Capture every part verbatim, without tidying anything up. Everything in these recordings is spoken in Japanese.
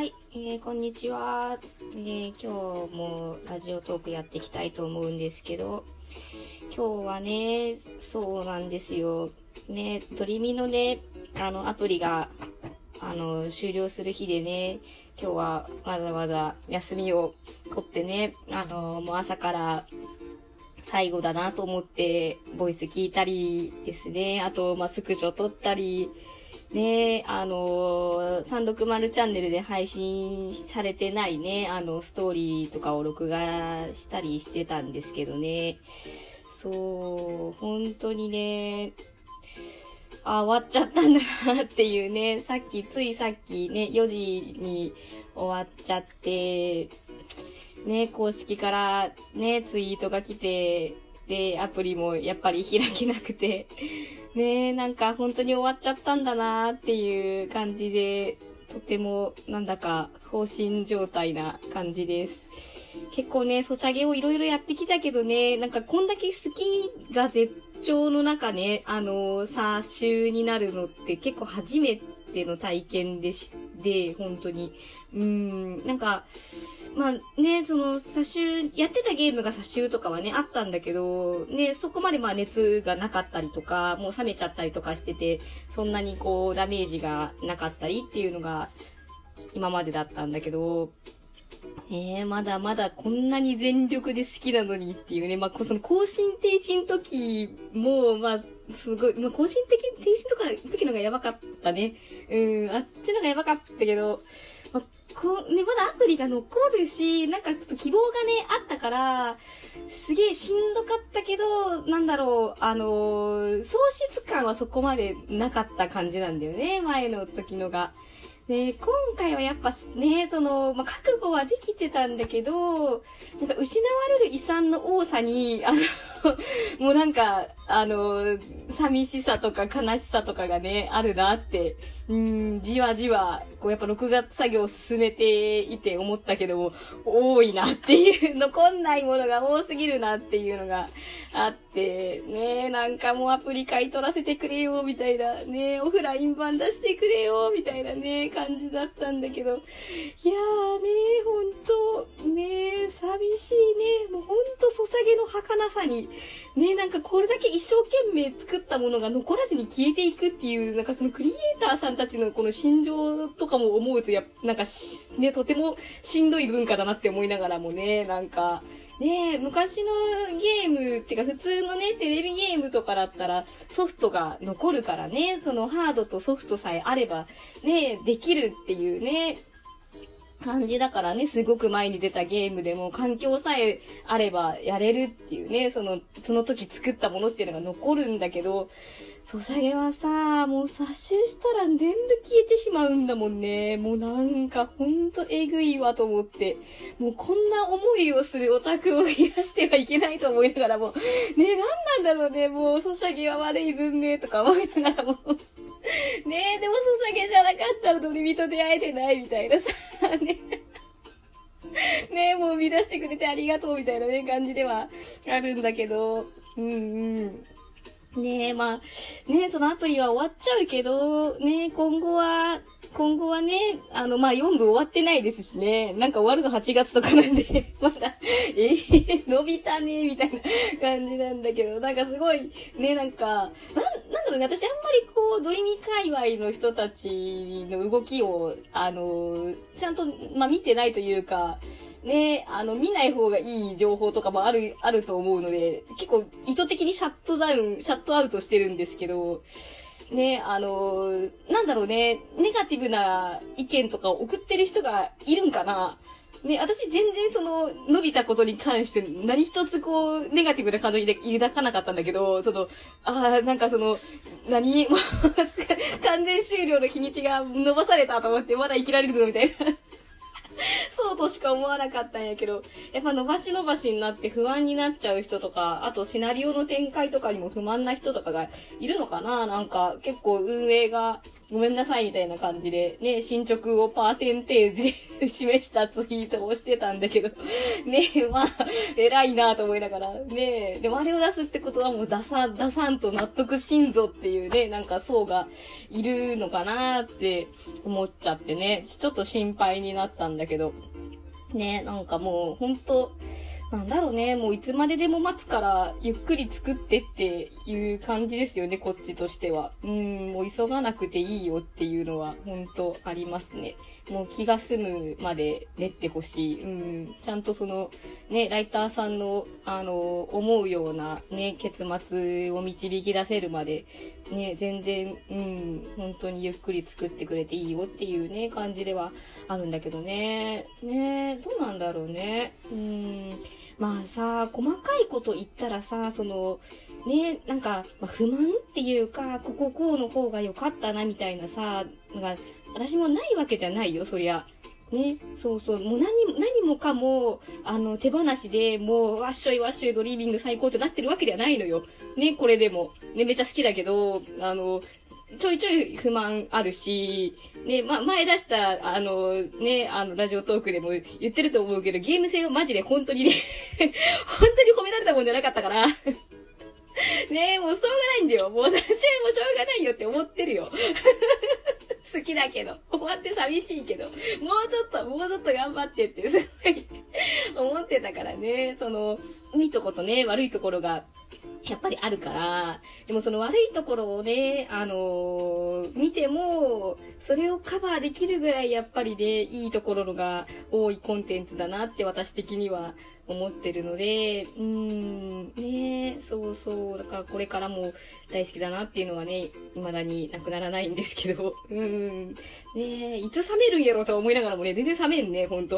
はい、えー、こんにちは、えー、今日もラジオトークやっていきたいと思うんですけど、今日はね、そうなんですよ。ね、ドリミのね、あの、アプリが、あの、終了する日でね、今日はわざわざ休みを取ってね、あの、もう朝から最後だなと思って、ボイス聞いたりですね、あと、まあ、スクショ撮ったり、ね、あのー、さんびゃくろくじゅうチャンネルで配信されてないね、あの、ストーリーとかを録画したりしてたんですけどね。そう、本当にね、あ、終わっちゃったんだなっていうね、さっき、ついさっきね、よじに終わっちゃって、ね、公式からね、ツイートが来て、で、アプリもやっぱり開けなくて、ねえ、なんか本当に終わっちゃったんだなーっていう感じで、とてもなんだか放心状態な感じです。結構ね、ソシャゲをいろいろやってきたけどね、なんかこんだけ好きが絶頂の中ね、あのー、さ、週になるのって結構初めての体験でし、で、本当に。うーん、なんか、まあね、その、差しやってたゲームが差しとかはね、あったんだけど、ね、そこまでまあ熱がなかったりとか、もう冷めちゃったりとかしてて、そんなにこう、ダメージがなかったりっていうのが、今までだったんだけど、えー、まだまだこんなに全力で好きなのにっていうね、まあ、その更新停止の時も、まあ、すごい、まあ、更新的停止とかの時のがやばかったね。うん、あっちのがやばかったけど、まあ、こう、ね、まだアプリが残るし、なんかちょっと希望がね、あったから、すげえしんどかったけど、なんだろう、あのー、喪失感はそこまでなかった感じなんだよね、前の時のが。で、今回はやっぱね、その、まあ、覚悟はできてたんだけど、なんか失われる遺産の多さに、あの、もうなんか、あの、寂しさとか悲しさとかがね、あるなって、うん、じわじわ、こうやっぱ録画作業を進めていて思ったけども、多いなっていう、残んないものが多すぎるなっていうのがあって、ね、なんかもうアプリ買い取らせてくれよ、みたいな、ね、オフライン版出してくれよ、みたいなね、感じだったんだけど、いやーね、ほんと、ね、寂しいね、もうほんとソシャゲの儚さに、ね、なんかこれだけ一生懸命作ったものが残らずに消えていくっていう、なんかそのクリエイターさんたちのこの心情とかも思うとや、なんかね、とてもしんどい文化だなって思いながらもね、なんか、ね、昔のゲームっていうか普通のね、テレビゲームとかだったらソフトが残るからね、そのハードとソフトさえあればね、できるっていうね、感じだからね、すごく前に出たゲームでも環境さえあればやれるっていうね、その、その時作ったものっていうのが残るんだけど、ソシャゲはさ、もう刷集したら全部消えてしまうんだもんね。もうなんかほんとえぐいわと思って。もうこんな思いをするオタクを増やしてはいけないと思いながらも、ねえ、なんなんだろうね、もうソシャゲは悪い文明とか思いながらも。ねえ、でもソシャゲじゃなかったらドリミと出会えてないみたいなさ、ね。ねえ、もう生み出してくれてありがとうみたいなね、感じではあるんだけど、うんうん。ねえ、まあ、ねえ、そのアプリは終わっちゃうけど、ねえ、今後は、今後はね、あの、まあ、よん部終わってないですしね、なんか終わるのはちがつとかなんで、まだ、えー、伸びたね、みたいな感じなんだけど、なんかすごい、ね、なんか、なん、なんだろうね、私あんまりこう、ドリミ界隈の人たちの動きを、あの、ちゃんと、まあ、見てないというか、ね、あの、見ない方がいい情報とかもある、あると思うので、結構意図的にシャットダウン、シャットアウトしてるんですけど、ね、あの、なんだろうね、ネガティブな意見とかを送ってる人がいるんかな。ね、私全然その、伸びたことに関して何一つこう、ネガティブな感情に抱かなかったんだけど、その、ああ、なんかその、何もう、完全終了の日にちが伸ばされたと思って、まだ生きられるぞ、みたいな。そうとしか思わなかったんやけど、やっぱ伸ばし伸ばしになって不安になっちゃう人とか、あとシナリオの展開とかにも不満な人とかがいるのかな。なんか結構運営がごめんなさいみたいな感じで、ね、進捗をパーセンテージで示したツイートをしてたんだけど、ね、まあ、偉いなと思いながら、ね、でもあれを出すってことはもう出さ、出さんと納得しんぞっていうね、なんか層がいるのかなって思っちゃってね、ちょっと心配になったんだけど、ね、なんかもうほんと、なんだろうね、もういつまででも待つから、ゆっくり作ってっていう感じですよね、こっちとしては。うん、もう急がなくていいよっていうのは、ほんとありますね。もう気が済むまで練ってほしい。うん、ちゃんとその、ね、ライターさんの、あの、思うようなね、結末を導き出せるまで、ね、全然、うん、本当にゆっくり作ってくれていいよっていうね、感じではあるんだけどね。ね、どうなんだろうね。うん。まあさ、細かいこと言ったらさ、その、ね、なんか、まあ、不満っていうか、こここうの方が良かったなみたいなさ、のが、私もないわけじゃないよ、そりゃ。ね、そうそう、もう何も、何もかも、あの、手放しでもう、わっしょいわっしょいドリーミング最高ってなってるわけではないのよ。ね、これでも。ね、めっちゃ好きだけど、あの、ちょいちょい不満あるし、ね、ま、前出した、あの、ね、あの、ラジオトークでも言ってると思うけど、ゲーム性はマジで本当にね、本当に褒められたもんじゃなかったから。ね、もうしょうがないんだよ。もう私はもうしょうがないよって思ってるよ。好きだけど。終わって寂しいけど。もうちょっと、もうちょっと頑張ってってすごい思ってたからね。その、いいとことね、悪いところが、やっぱりあるから、でもその悪いところをね、あのー、見ても、それをカバーできるぐらいやっぱりね、いいところのが多いコンテンツだなって私的には思ってるので、うーん、ね、そうそう、だからこれからも大好きだなっていうのはね、未だになくならないんですけど、うーん、ね、いつ冷めるんやろうと思いながらもね、全然冷めんね、ほんと。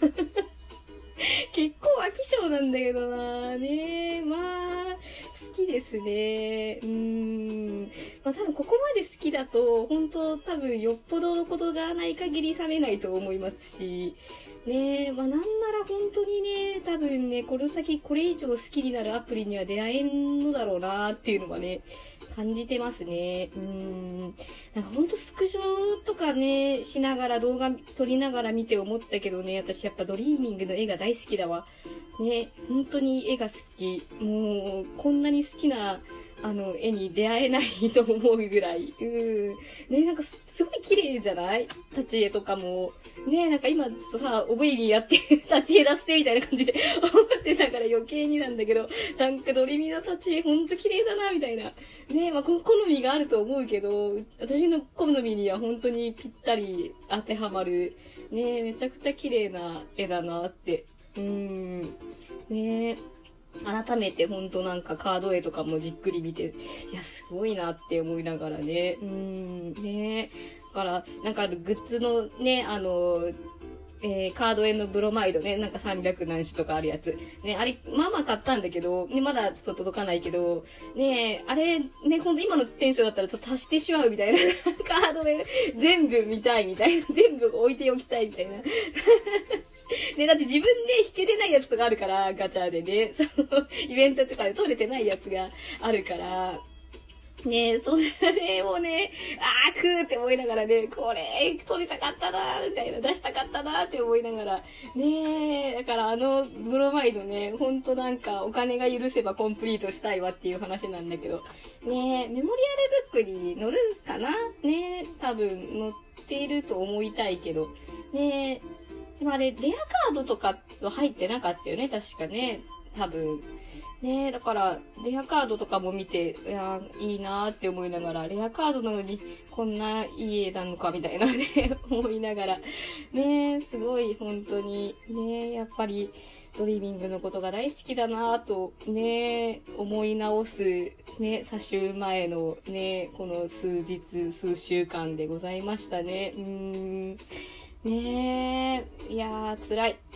結構飽き性なんだけどなねまあ、好きですね。うーん。まあ多分ここまで好きだと、本当多分よっぽどのことがない限り冷めないと思いますし、ねまあなんなら本当にね、多分ね、この先これ以上好きになるアプリには出会えんのだろうなっていうのはね、感じてますね。うーん。なんかほんとスクショとかね、しながら動画撮りながら見て思ったけどね、私やっぱドリーミングの絵が大好きだわ。ね、本当に絵が好き。もう、こんなに好きな、あの、絵に出会えないと思うぐらい。うん。ね、なんかすごい綺麗じゃない？立ち絵とかも。ね、なんか今ちょっとさ、おベイビーやって立ち絵出してみたいな感じで思ってたから余計になんだけど、なんかドリミの立ち絵ほんと綺麗だな、みたいな。ね、まあ、好みがあると思うけど、私の好みには本当にぴったり当てはまる。ね、めちゃくちゃ綺麗な絵だなって。うーん。ね改めてほんとなんかカード絵とかもじっくり見て、いや、すごいなって思いながらね。うーん、ねだから、なんかあるグッズのね、あの、えー、カード絵のブロマイドね、なんかさんびゃく何種とかあるやつ。ね、あれ、まあまあ買ったんだけど、ね、まだちょっと届かないけど、ねあれ、ね、ほんと今のテンションだったらちょっと足してしまうみたいな。カード絵全部見たいみたいな。全部置いておきたいみたいな。ね、だって自分で引けてないやつとかあるから、ガチャでね、その、イベントとかで取れてないやつがあるから、ねそれをね、あーくーって思いながらね、これ、取りたかったなーみたいな、出したかったなーって思いながら、ねだからあの、ブロマイドね、ほんとなんか、お金が許せばコンプリートしたいわっていう話なんだけど、ねメモリアルブックに載るかなね多分載っていると思いたいけど、ねでもあれ、レアカードとかは入ってなかったよね、確かね。多分。ねだから、レアカードとかも見て、いやいいなーって思いながら、レアカードなのに、こんないい絵なのか、みたいなね、思いながら。ねすごい、本当に、ねやっぱり、ドリーミングのことが大好きだなーと、ね思い直す、ね、査集前のね、この数日、数週間でございましたね。うーん。ねえ、いやー、辛い。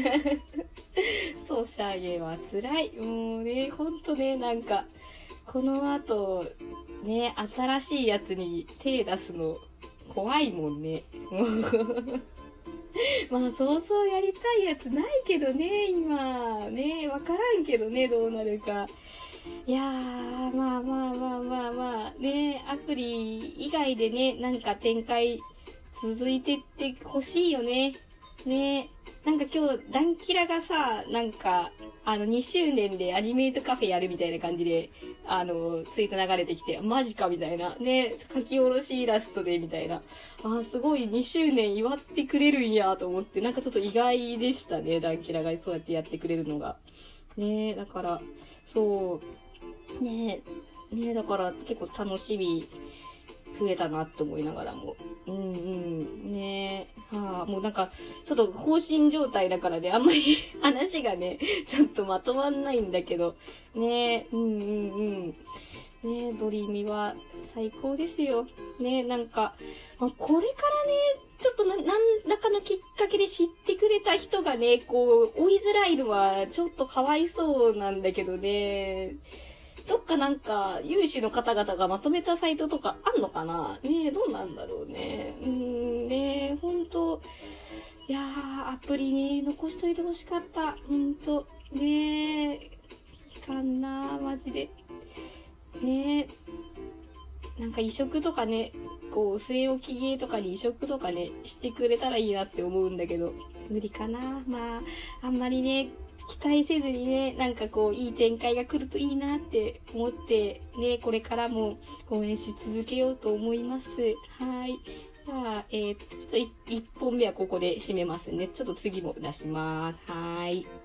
ソシャゲは辛い。もうね、ほんとね、なんか、この後、ね、新しいやつに手出すの、怖いもんね。まあ、そうそうやりたいやつないけどね、今。ね、わからんけどね、どうなるか。 いやー、まあまあまあまあまあ、ね、アプリ以外でね、なんか展開続いてってほしいよね。ね、なんか今日、ダンキラがさ、なんか、あの、にしゅうねんでアニメートカフェやるみたいな感じで、あの、ツイート流れてきて、マジかみたいな。ね、書き下ろしイラストでみたいな。あー、すごいにしゅうねん祝ってくれるんやと思って、なんかちょっと意外でしたね、ダンキラがそうやってやってくれるのが。ね、だから、そう、ね、ね、だから結構楽しみ増えたなって思いながらも。うんうん。ねえ。はあ、もうなんか、ちょっと放心状態だからね、あんまり話がね、ちょっとまとまんないんだけど。ねえ、うんうんうん。ねえ、ドリミは最高ですよ。ねえ、なんか、まあ、これからね、ちょっとな、何らかのきっかけで知ってくれた人がね、こう、追いづらいのはちょっとかわいそうなんだけどね。どっかなんか、有志の方々がまとめたサイトとかあんのかなねえ、どうなんだろうね。うーん、ねえ、ほんと、いやー、アプリね、残しといてほしかった。ほんと、ねえ、いかんなー、マジで。ねえ、なんか移植とかね、こう、据え置き芸とかに移植とかね、してくれたらいいなって思うんだけど、無理かな。まあ、あんまりね、期待せずにね、なんかこう、いい展開が来るといいなって思って、ね、これからも応援し続けようと思います。はい。じゃあ、えー、ちょっといっぽんめはここで締めますね。ちょっと次も出します。はい。